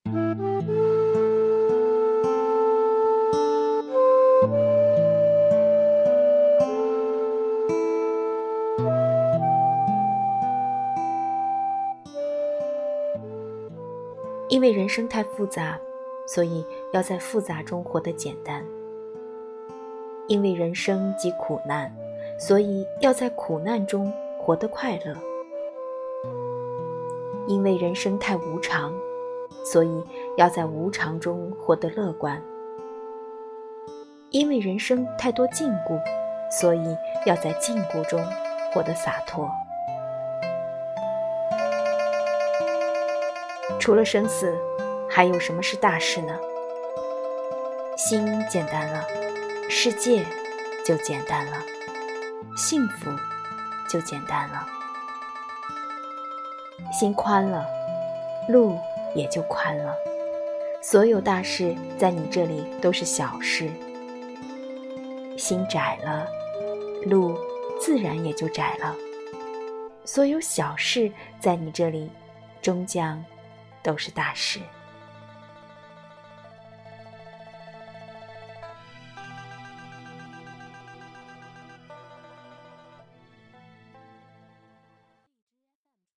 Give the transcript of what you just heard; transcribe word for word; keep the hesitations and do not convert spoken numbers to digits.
因为人生太复杂，所以要在复杂中活得简单。因为人生即苦难，所以要在苦难中活得快乐。因为人生太无常，所以要在无常中活得乐观。因为人生太多禁锢，所以要在禁锢中活得洒脱。除了生死，还有什么是大事呢？心简单了，世界就简单了，幸福就简单了。心宽了，路也就宽了，所有大事在你这里都是小事。心窄了，路自然也就窄了，所有小事在你这里终将都是大事。